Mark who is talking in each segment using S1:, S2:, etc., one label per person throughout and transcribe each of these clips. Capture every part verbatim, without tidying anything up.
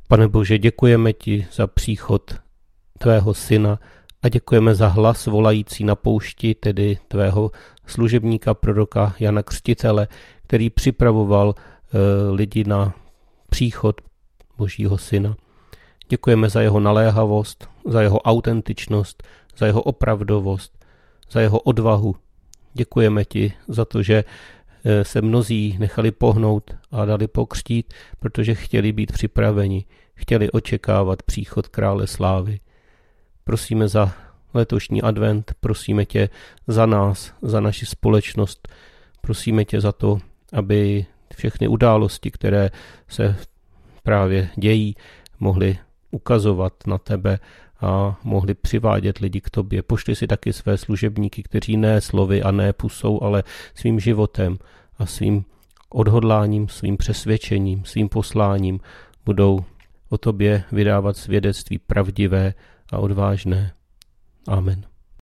S1: Pane Bože, děkujeme ti za příchod tvého syna a děkujeme za hlas volající na poušti, tedy tvého služebníka proroka Jana Křtitele, který připravoval e, lidi na příchod Božího syna. Děkujeme za jeho naléhavost, za jeho autentičnost, za jeho opravdovost, za jeho odvahu. Děkujeme ti za to, že se mnozí nechali pohnout a dali pokřtít, protože chtěli být připraveni, chtěli očekávat příchod krále slávy. Prosíme za letošní advent, prosíme tě za nás, za naši společnost, prosíme tě za to, aby všechny události, které se právě dějí, mohly ukazovat na tebe a mohli přivádět lidi k tobě. Pošli si taky své služebníky, kteří ne slovy a ne pusou, ale svým životem a svým odhodláním, svým přesvědčením, svým posláním budou o tobě vydávat svědectví pravdivé a odvážné. Amen.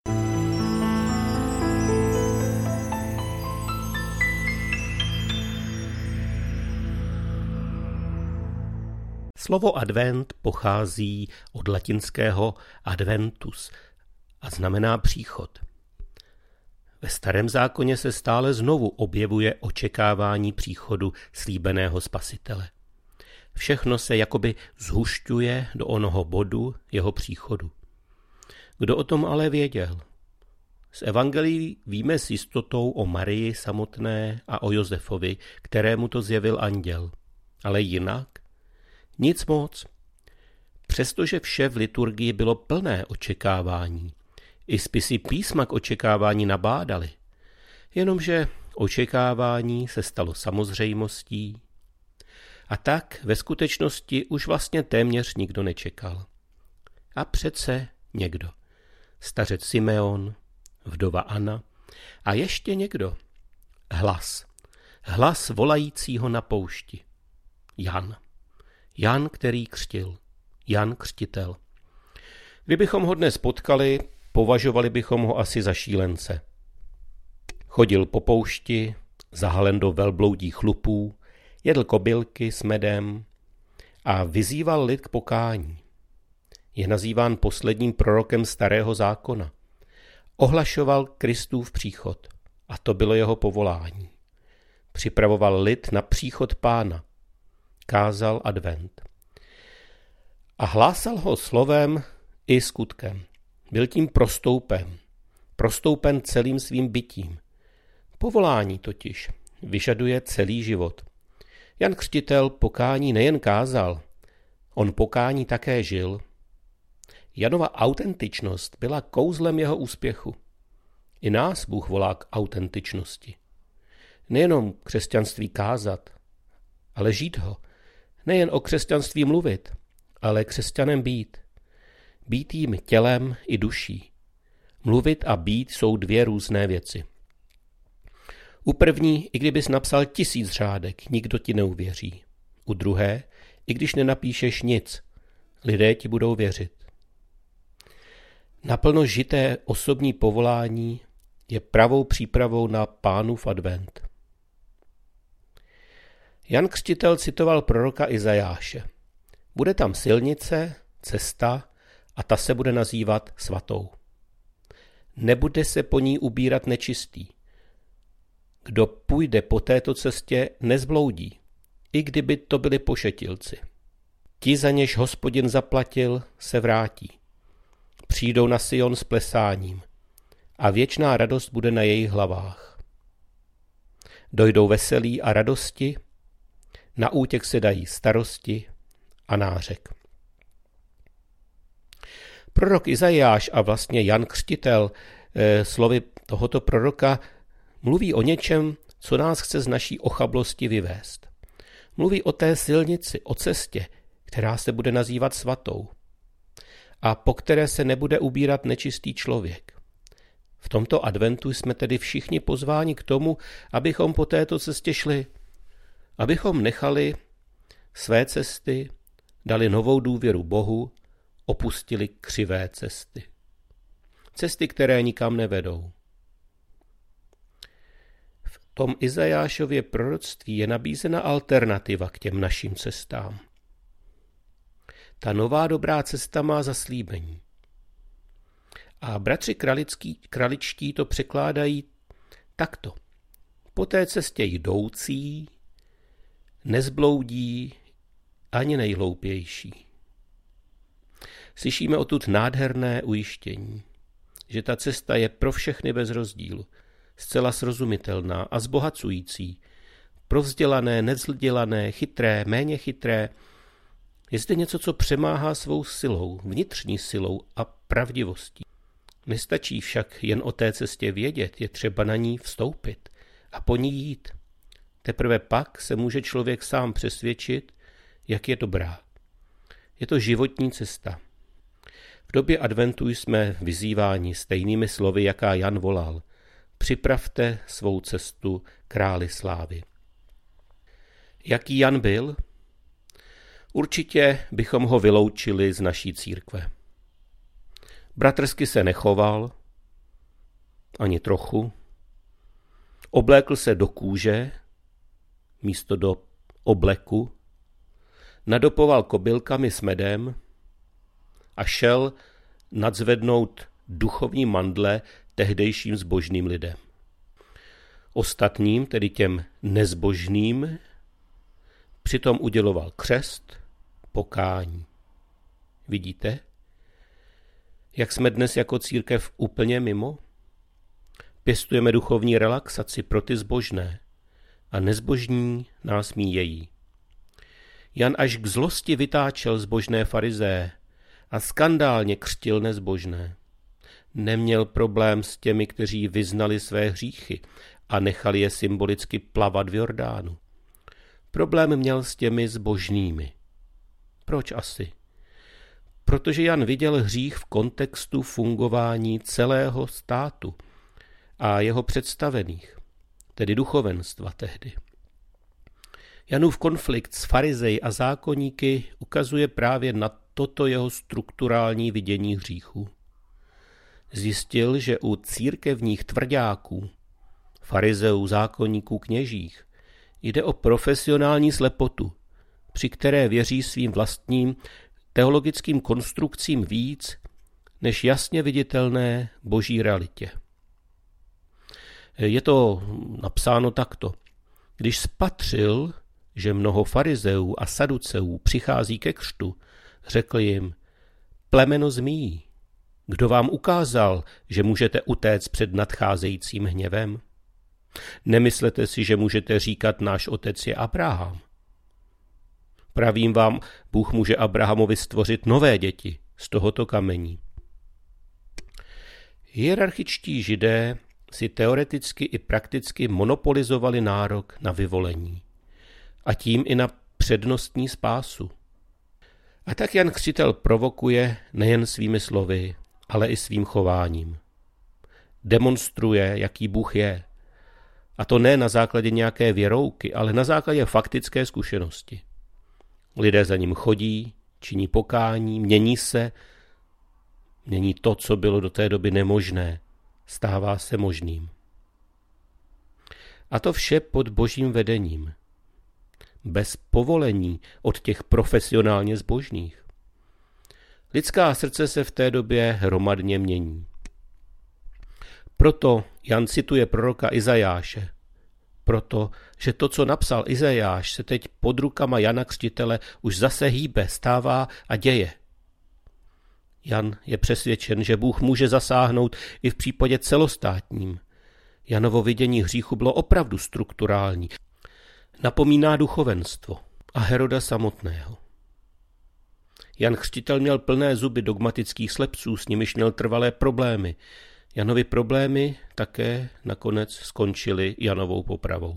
S2: Slovo advent pochází od latinského adventus a znamená příchod. Ve Starém zákoně se stále znovu objevuje očekávání příchodu slíbeného Spasitele. Všechno se jakoby zhušťuje do onoho bodu jeho příchodu. Kdo o tom ale věděl? Z evangelií víme s jistotou o Marii samotné a o Josefovi, kterému to zjevil anděl. Ale jinak? Nic moc. Přestože vše v liturgii bylo plné očekávání, i spisy písma k očekávání nabádaly, jenomže očekávání se stalo samozřejmostí a tak ve skutečnosti už vlastně téměř nikdo nečekal. A přece někdo. Stařec Simeon, vdova Anna a ještě někdo. Hlas. Hlas volajícího na poušti. Jan. Jan, který křtil. Jan Křtitel. Kdybychom ho dnes potkali, považovali bychom ho asi za šílence. Chodil po poušti, zahalen do velbloudích chlupů, jedl kobylky s medem a vyzýval lid k pokání. Je nazýván posledním prorokem Starého zákona. Ohlašoval Kristův příchod a to bylo jeho povolání. Připravoval lid na příchod Pána. Kázal advent. A hlásal ho slovem i skutkem. Byl tím prostoupen. Prostoupen celým svým bytím. Povolání totiž vyžaduje celý život. Jan Křtitel pokání nejen kázal, on pokání také žil. Janova autentičnost byla kouzlem jeho úspěchu. I nás Bůh volá k autentičnosti. Nejenom křesťanství kázat, ale žít ho. Nejen o křesťanství mluvit, ale křesťanem být. Být jím tělem i duší. Mluvit a být jsou dvě různé věci. U první, i kdybys napsal tisíc řádek, nikdo ti neuvěří. U druhé, i když nenapíšeš nic, lidé ti budou věřit. Naplno žité osobní povolání je pravou přípravou na Pánův advent. Jan Křtitel citoval proroka Izajáše. Bude tam silnice, cesta a ta se bude nazývat svatou. Nebude se po ní ubírat nečistý. Kdo půjde po této cestě, nezbloudí, i kdyby to byli pošetilci. Ti, za něž Hospodin zaplatil, se vrátí. Přijdou na Sion s plesáním a věčná radost bude na jejich hlavách. Dojdou veselí a radosti, na útěk se dají starosti a nářek. Prorok Izajáš a vlastně Jan Křtitel e, slovy tohoto proroka mluví o něčem, co nás chce z naší ochablosti vyvést. Mluví o té silnici, o cestě, která se bude nazývat svatou a po které se nebude ubírat nečistý člověk. V tomto adventu jsme tedy všichni pozváni k tomu, abychom po této cestě šli, abychom nechali své cesty, dali novou důvěru Bohu, opustili křivé cesty. Cesty, které nikam nevedou. V tom Izajášově proroctví je nabízena alternativa k těm našim cestám. Ta nová dobrá cesta má zaslíbení. A bratři kralický, kraličtí to překládají takto. Po té cestě jdoucí nezbloudí ani nejhloupější. Slyšíme odtud nádherné ujištění, že ta cesta je pro všechny bez rozdílu, zcela srozumitelná a zbohacující, pro vzdělané, nevzdělané, chytré, méně chytré. Je zde něco, co přemáhá svou silou, vnitřní silou a pravdivostí. Nestačí však jen o té cestě vědět, je třeba na ní vstoupit a po ní jít. Teprve pak se může člověk sám přesvědčit, jak je dobrá. Je to životní cesta. V době adventu jsme vyzýváni stejnými slovy, jaká Jan volal. Připravte svou cestu králi slávy. Jaký Jan byl? Určitě bychom ho vyloučili z naší církve. Bratrsky se nechoval, ani trochu. Oblékl se do kůže, místo do obleku, nadopoval kobylkami s medem a šel nadzvednout duchovní mandle tehdejším zbožným lidem. Ostatním, tedy těm nezbožným, přitom uděloval křest, pokání. Vidíte, jak jsme dnes jako církev úplně mimo? Pěstujeme duchovní relaxaci pro ty zbožné a nezbožní nás míjejí. Jan až k zlosti vytáčel zbožné farizeje a skandálně křtil nezbožné. Neměl problém s těmi, kteří vyznali své hříchy a nechali je symbolicky plavat v Jordánu. Problém měl s těmi zbožnými. Proč asi? Protože Jan viděl hřích v kontextu fungování celého státu a jeho představených, tedy duchovenstva tehdy. Janův konflikt s farizeji a zákoníky ukazuje právě na toto jeho strukturální vidění hříchu. Zjistil, že u církevních tvrďáků, farizeů, zákoníků, kněžích, jde o profesionální slepotu, při které věří svým vlastním teologickým konstrukcím víc, než jasně viditelné boží realitě. Je to napsáno takto. Když spatřil, že mnoho farizeů a saduceů přichází ke křtu, řekl jim, plemeno zmíjí, kdo vám ukázal, že můžete utéct před nadcházejícím hněvem? Nemyslete si, že můžete říkat, náš otec je Abraham. Pravím vám, Bůh může Abrahamovi stvořit nové děti z tohoto kamení. Hierarchičtí židé si teoreticky i prakticky monopolizovali nárok na vyvolení a tím i na přednostní spásu. A tak Jan Křtitel provokuje nejen svými slovy, ale i svým chováním. Demonstruje, jaký Bůh je. A to ne na základě nějaké věrouky, ale na základě faktické zkušenosti. Lidé za ním chodí, činí pokání, mění se, mění to, co bylo do té doby nemožné, stává se možným. A to vše pod božím vedením. Bez povolení od těch profesionálně zbožných. Lidská srdce se v té době hromadně mění. Proto Jan cituje proroka Izajáše. Proto, že to, co napsal Izajáš, se teď pod rukama Jana Křtitele už zase hýbe, stává a děje. Jan je přesvědčen, že Bůh může zasáhnout i v případě celostátním. Janovo vidění hříchu bylo opravdu strukturální. Napomíná duchovenstvo a Heroda samotného. Jan Křtitel měl plné zuby dogmatických slepců, s nimiž měl trvalé problémy. Janovi problémy také nakonec skončily Janovou popravou.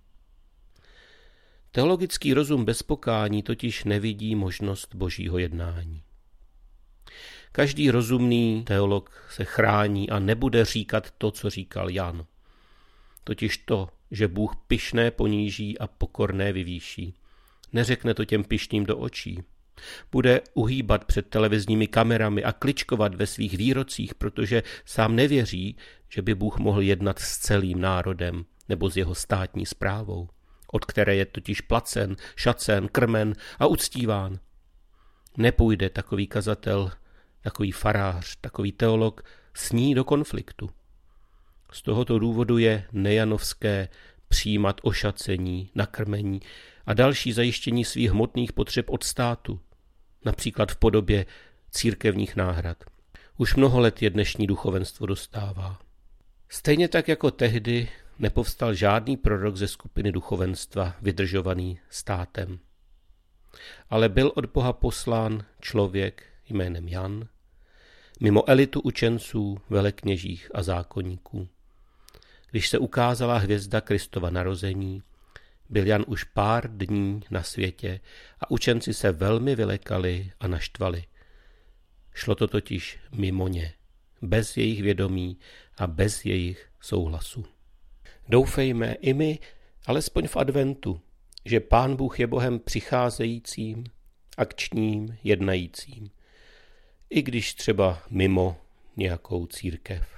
S2: Teologický rozum bez pokání totiž nevidí možnost božího jednání. Každý rozumný teolog se chrání a nebude říkat to, co říkal Jan. Totiž to, že Bůh pyšné poníží a pokorné vyvýší. Neřekne to těm pyšným do očí. Bude uhýbat před televizními kamerami a kličkovat ve svých výrocích, protože sám nevěří, že by Bůh mohl jednat s celým národem nebo s jeho státní správou, od které je totiž placen, šacen, krmen a uctíván. Nepůjde takový kazatel, takový farář, takový teolog s ní do konfliktu. Z tohoto důvodu je nejanovské přijímat ošacení, nakrmení a další zajištění svých hmotných potřeb od státu, například v podobě církevních náhrad. Už mnoho let je dnešní duchovenstvo dostává. Stejně tak jako tehdy nepovstal žádný prorok ze skupiny duchovenstva vydržovaný státem. Ale byl od Boha poslán člověk jménem Jan, mimo elitu učenců, velekněžích a zákonníků. Když se ukázala hvězda Kristova narození, byl Jan už pár dní na světě a učenci se velmi vylekali a naštvali. Šlo to totiž mimo ně, bez jejich vědomí a bez jejich souhlasu. Doufejme i my, alespoň v adventu, že Pán Bůh je Bohem přicházejícím, akčním, jednajícím, i když třeba mimo nějakou církev.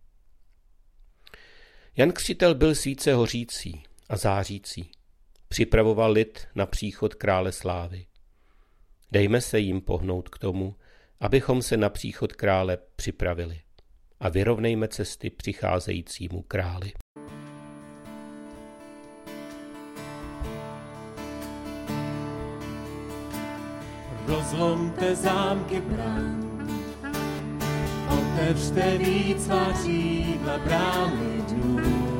S2: Jan Křtitel byl svíce hořící a zářící. Připravoval lid na příchod krále slávy. Dejme se jim pohnout k tomu, abychom se na příchod krále připravili a vyrovnejme cesty přicházejícímu králi.
S3: Rozlomte zámky brán, otevřte víc svá křídla brány dnů.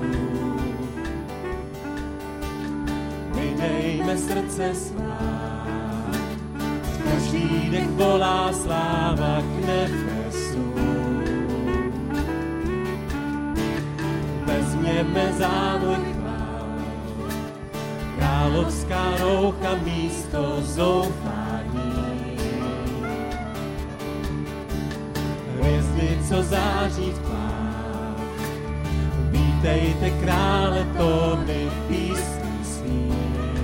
S3: Vydejme srdce svá, každý dech volá sláva k nebesu. Vezměme závoj chvál, královská roucha místo zoufání. Hvězdy, co září v tmách, vítejte krále, tóny písní svých.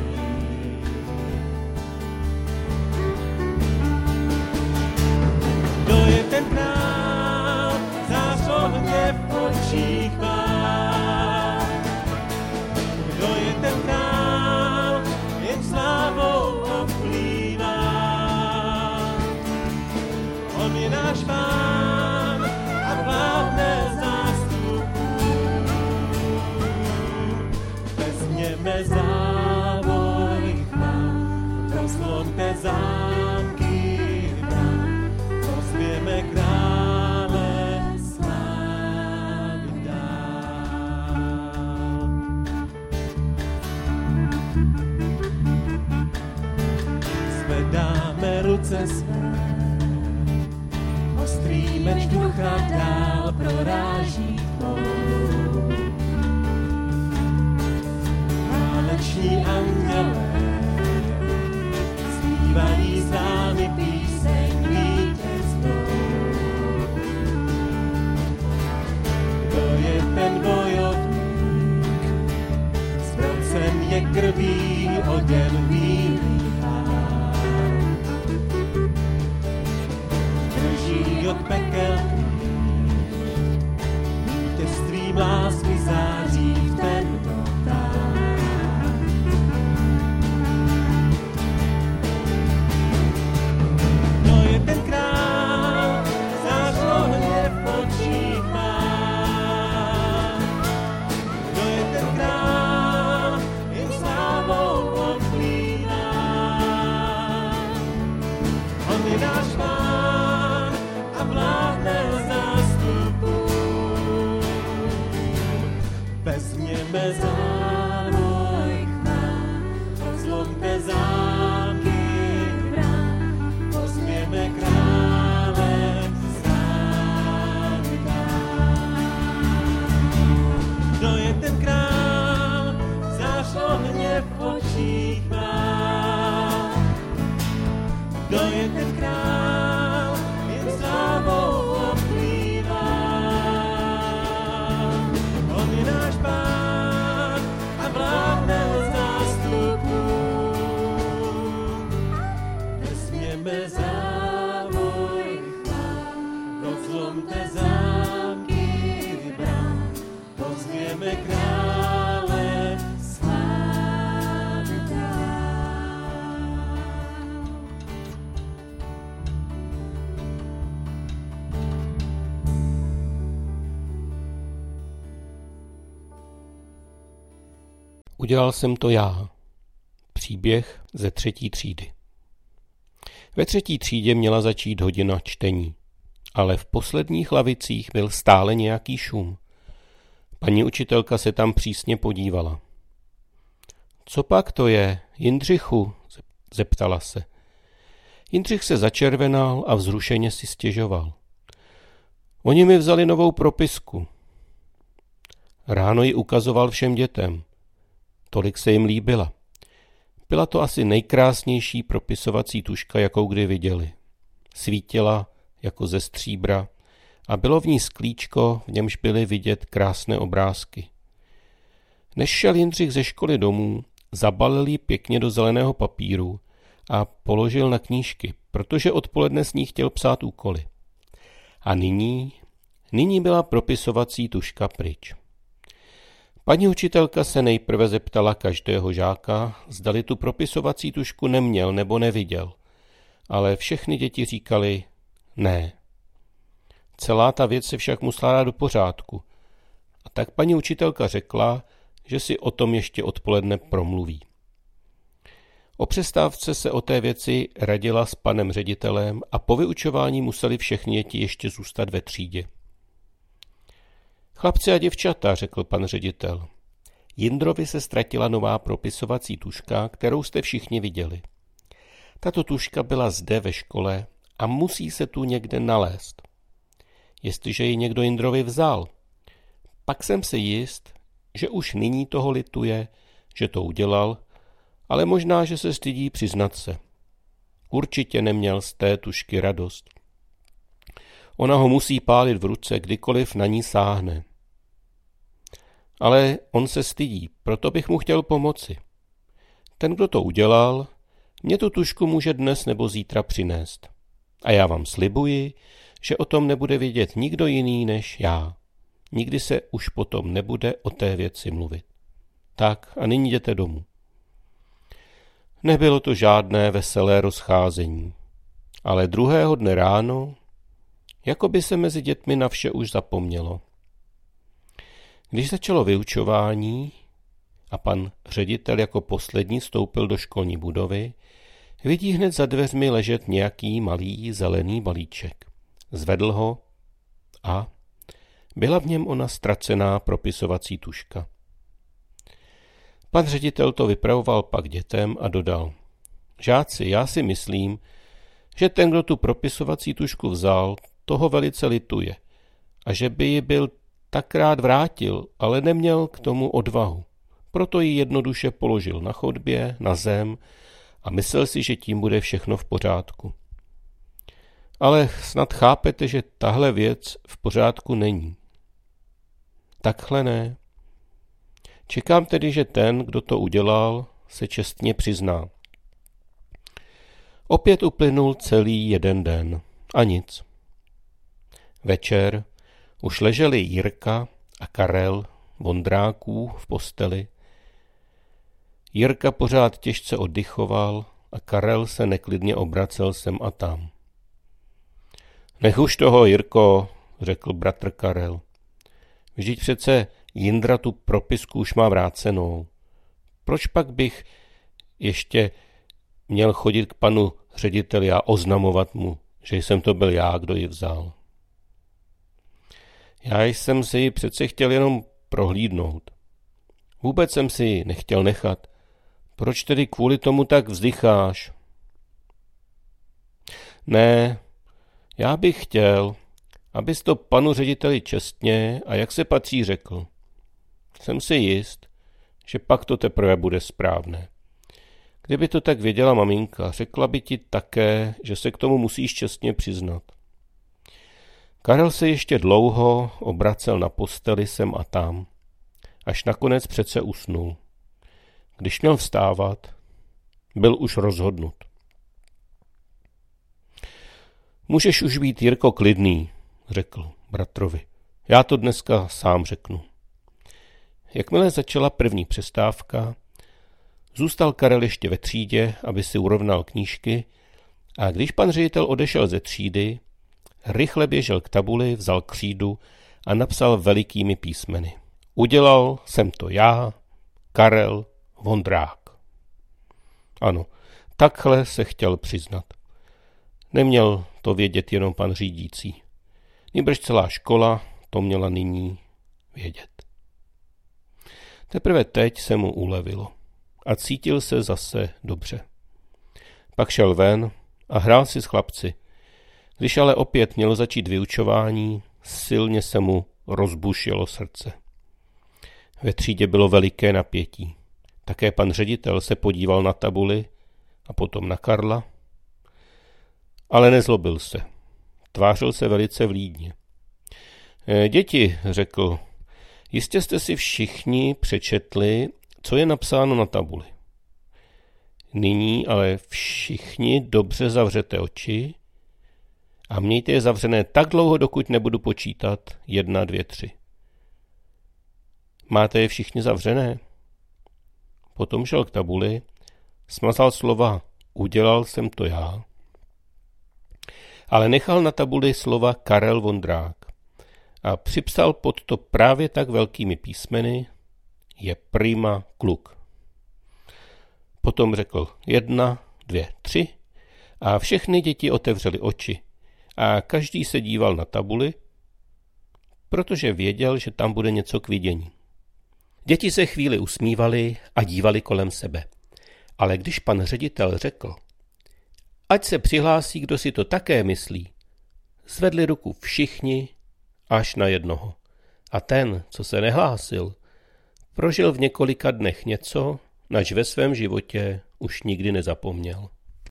S3: Kdo je ten král, zář ohně v očích má? Kdo je ten král, jen slávou oplývá? On je náš Pán a vládne zástupů. Vezměme závoj chvál, rozlomte zámky brán, pozvěme krále slávy dál. Zvedáme ruce své, ostrý meč ducha dál proráží tmou. Váleční andělé zpívají s námi píseň vítěznou. Kdo je ten bojovník, zbrocen je krví oděn bílý pán. Drží od pekel kníž, vítězstvím lásky září v temnotách. Kdo je ten král, zář ohně v očích má? Kdo je ten král, jen slávou oplývá? On je náš Pán a vládne zástupů. Vezměme závoj chvál, rozlomte zámky brán, pozvěme krále slávy dál. Kdo je ten král, zář ohně v očích má? Kdo je ten král, jen slávou oplývá? On je náš Pán a vládne zástupů. Vezměme závoj chvál, rozlomte zámky brán, pozvěme krále slávy dál.
S1: Udělal jsem to já. Příběh ze třetí třídy. Ve třetí třídě měla začít hodina čtení, ale v posledních lavicích byl stále nějaký šum. Paní učitelka se tam přísně podívala. Co pak to je, Jindřichu? Zeptala se. Jindřich se začervenal a vzrušeně si stěžoval. Oni mi vzali novou propisku. Ráno ji ukazoval všem dětem. Tolik se jim líbila. Byla to asi nejkrásnější propisovací tužka, jakou kdy viděli. Svítila jako ze stříbra a bylo v ní sklíčko, v němž byly vidět krásné obrázky. Než šel Jindřich ze školy domů, zabalil ji pěkně do zeleného papíru a položil na knížky, protože odpoledne s ní chtěl psát úkoly. A nyní, nyní byla propisovací tužka pryč. Paní učitelka se nejprve zeptala každého žáka, zdali tu propisovací tužku neměl nebo neviděl, ale všechny děti říkali ne. Celá ta věc se však musela dát do pořádku. A tak paní učitelka řekla, že si o tom ještě odpoledne promluví. O přestávce se o té věci radila s panem ředitelem a po vyučování museli všechny děti ještě zůstat ve třídě. Chlapci a děvčata, řekl pan ředitel. Jindrovi se ztratila nová propisovací tužka, kterou jste všichni viděli. Tato tužka byla zde ve škole a musí se tu někde nalézt. Jestliže ji někdo Jindrovi vzal, pak jsem si jist, že už nyní toho lituje, že to udělal, ale možná, že se stydí přiznat se. Určitě neměl z té tužky radost. Ona ho musí pálit v ruce, kdykoliv na ní sáhne. Ale on se stydí, proto bych mu chtěl pomoci. Ten, kdo to udělal, mě tu tužku může dnes nebo zítra přinést. A já vám slibuji, že o tom nebude vědět nikdo jiný než já. Nikdy se už potom nebude o té věci mluvit. Tak a nyní jděte domů. Nebylo to žádné veselé rozcházení, ale druhého dne ráno, jako by se mezi dětmi na vše už zapomnělo. Když začalo vyučování a pan ředitel jako poslední vstoupil do školní budovy, vidí hned za dveřmi ležet nějaký malý zelený balíček. Zvedl ho a byla v něm ona ztracená propisovací tužka. Pan ředitel to vypravoval pak dětem a dodal. Žáci, já si myslím, že ten, kdo tu propisovací tužku vzal, toho velice lituje a že by ji byl tak rád vrátil, ale neměl k tomu odvahu. Proto ji jednoduše položil na chodbě, na zem a myslel si, že tím bude všechno v pořádku. Ale snad chápete, že tahle věc v pořádku není. Takhle ne. Čekám tedy, že ten, kdo to udělal, se čestně přizná. Opět uplynul celý jeden den a nic. Večer už leželi Jirka a Karel Vondráků v posteli. Jirka pořád těžce oddychoval a Karel se neklidně obracel sem a tam. Nech už toho, Jirko, řekl bratr Karel. Vždyť přece Jindra tu propisku už má vrácenou. Proč pak bych ještě měl chodit k panu řediteli a oznamovat mu, že jsem to byl já, kdo ji vzal? Já jsem si ji přece chtěl jenom prohlídnout. Vůbec jsem si ji nechtěl nechat. Proč tedy kvůli tomu tak vzdycháš? Ne, já bych chtěl, abys to panu řediteli čestně a jak se patří řekl. Jsem si jist, že pak to teprve bude správné. Kdyby to tak věděla maminka, řekla by ti také, že se k tomu musíš čestně přiznat. Karel se ještě dlouho obracel na posteli sem a tam, až nakonec přece usnul. Když měl vstávat, byl už rozhodnut. Můžeš už být, Jirko, klidný, řekl bratrovi. Já to dneska sám řeknu. Jakmile začala první přestávka, zůstal Karel ještě ve třídě, aby si urovnal knížky, a když pan ředitel odešel ze třídy, rychle běžel k tabuli, vzal křídu a napsal velikými písmeny. Udělal jsem to já, Karel Vondrák. Ano, takhle se chtěl přiznat. Neměl to vědět jenom pan řídící. Nýbrž celá škola to měla nyní vědět. Teprve teď se mu ulevilo a cítil se zase dobře. Pak šel ven a hrál si s chlapci. Když ale opět mělo začít vyučování, silně se mu rozbušilo srdce. Ve třídě bylo veliké napětí. Také pan ředitel se podíval na tabuli a potom na Karla. Ale nezlobil se. Tvářil se velice vlídně. E, děti, řekl, jistě jste si všichni přečetli, co je napsáno na tabuli. Nyní ale všichni dobře zavřete oči a mějte je zavřené tak dlouho, dokud nebudu počítat jedna, dvě, tři. Máte je všichni zavřené? Potom šel k tabuli, smazal slova udělal jsem to já, ale nechal na tabuli slova Karel Vondrák a připsal pod to právě tak velkými písmeny je prima kluk. Potom řekl jedna, dvě, tři a všechny děti otevřely oči a každý se díval na tabuli, protože věděl, že tam bude něco k vidění. Děti se chvíli usmívali a dívali kolem sebe, ale když pan ředitel řekl, ať se přihlásí, kdo si to také myslí, zvedli ruku všichni až na jednoho. A ten, co se nehlásil, prožil v několika dnech něco, nač ve svém životě už nikdy nezapomněl.